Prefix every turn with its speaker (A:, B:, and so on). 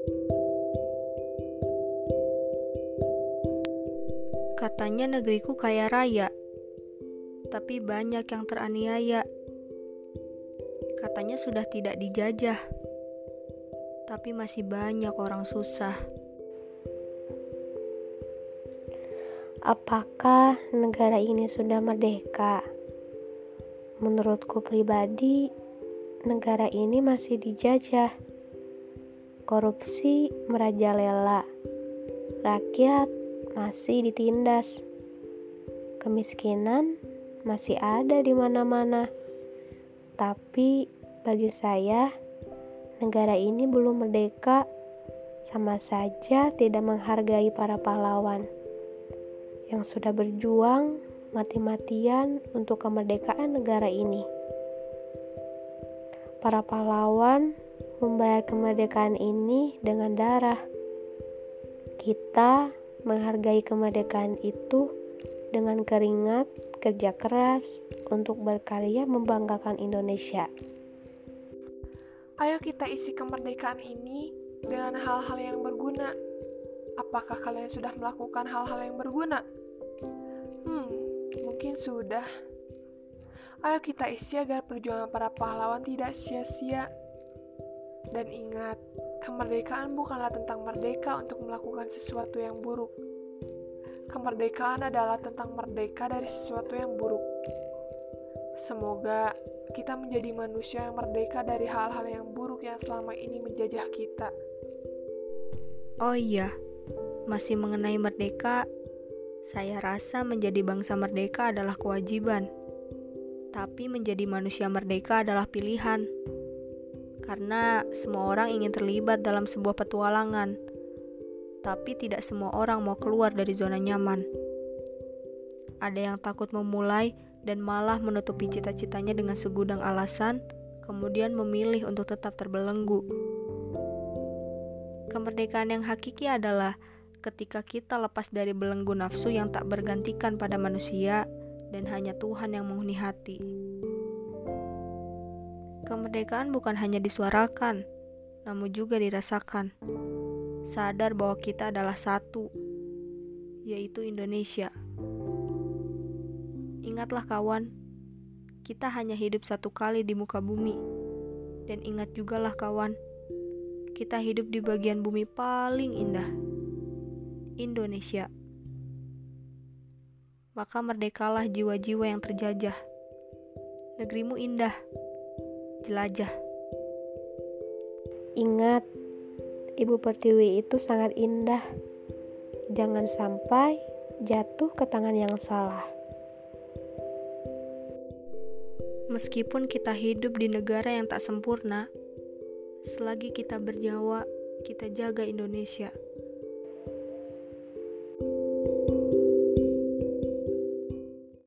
A: Katanya negeriku kaya raya, tapi banyak yang teraniaya. Katanya sudah tidak dijajah, tapi masih banyak orang susah.
B: Apakah negara ini sudah merdeka? Menurutku pribadi, negara ini masih dijajah. Korupsi merajalela, rakyat masih ditindas, kemiskinan masih ada di mana-mana. Tapi bagi saya, negara ini belum merdeka, sama saja tidak menghargai para pahlawan yang sudah berjuang mati-matian untuk kemerdekaan negara ini. Para pahlawan membayar kemerdekaan ini dengan darah. Kita menghargai kemerdekaan itu dengan keringat, kerja keras untuk berkarya membanggakan Indonesia.
C: Ayo kita isi kemerdekaan ini dengan hal-hal yang berguna. Apakah kalian sudah melakukan hal-hal yang berguna? Mungkin sudah. Ayo kita isi agar perjuangan para pahlawan tidak sia-sia. Dan ingat, kemerdekaan bukanlah tentang merdeka untuk melakukan sesuatu yang buruk. Kemerdekaan adalah tentang merdeka dari sesuatu yang buruk. Semoga kita menjadi manusia yang merdeka dari hal-hal yang buruk yang selama ini menjajah kita.
A: Oh iya, masih mengenai merdeka, saya rasa menjadi bangsa merdeka adalah kewajiban. Tapi menjadi manusia merdeka adalah pilihan. Karena semua orang ingin terlibat dalam sebuah petualangan, tapi tidak semua orang mau keluar dari zona nyaman. Ada yang takut memulai dan malah menutupi cita-citanya dengan segudang alasan, kemudian memilih untuk tetap terbelenggu. Kemerdekaan yang hakiki adalah ketika kita lepas dari belenggu nafsu yang tak bergantikan pada manusia dan hanya Tuhan yang menghuni hati. Kemerdekaan bukan hanya disuarakan, namun juga dirasakan. Sadar bahwa kita adalah satu, yaitu Indonesia. Ingatlah kawan, kita hanya hidup satu kali di muka bumi. Dan ingat jugalah kawan, kita hidup di bagian bumi paling indah, Indonesia. Maka merdekalah jiwa-jiwa yang terjajah. Negerimu indah, jelajah.
B: Ingat, Ibu Pertiwi itu sangat indah. Jangan sampai jatuh ke tangan yang salah.
A: Meskipun kita hidup di negara yang tak sempurna, selagi kita bernyawa, kita jaga Indonesia.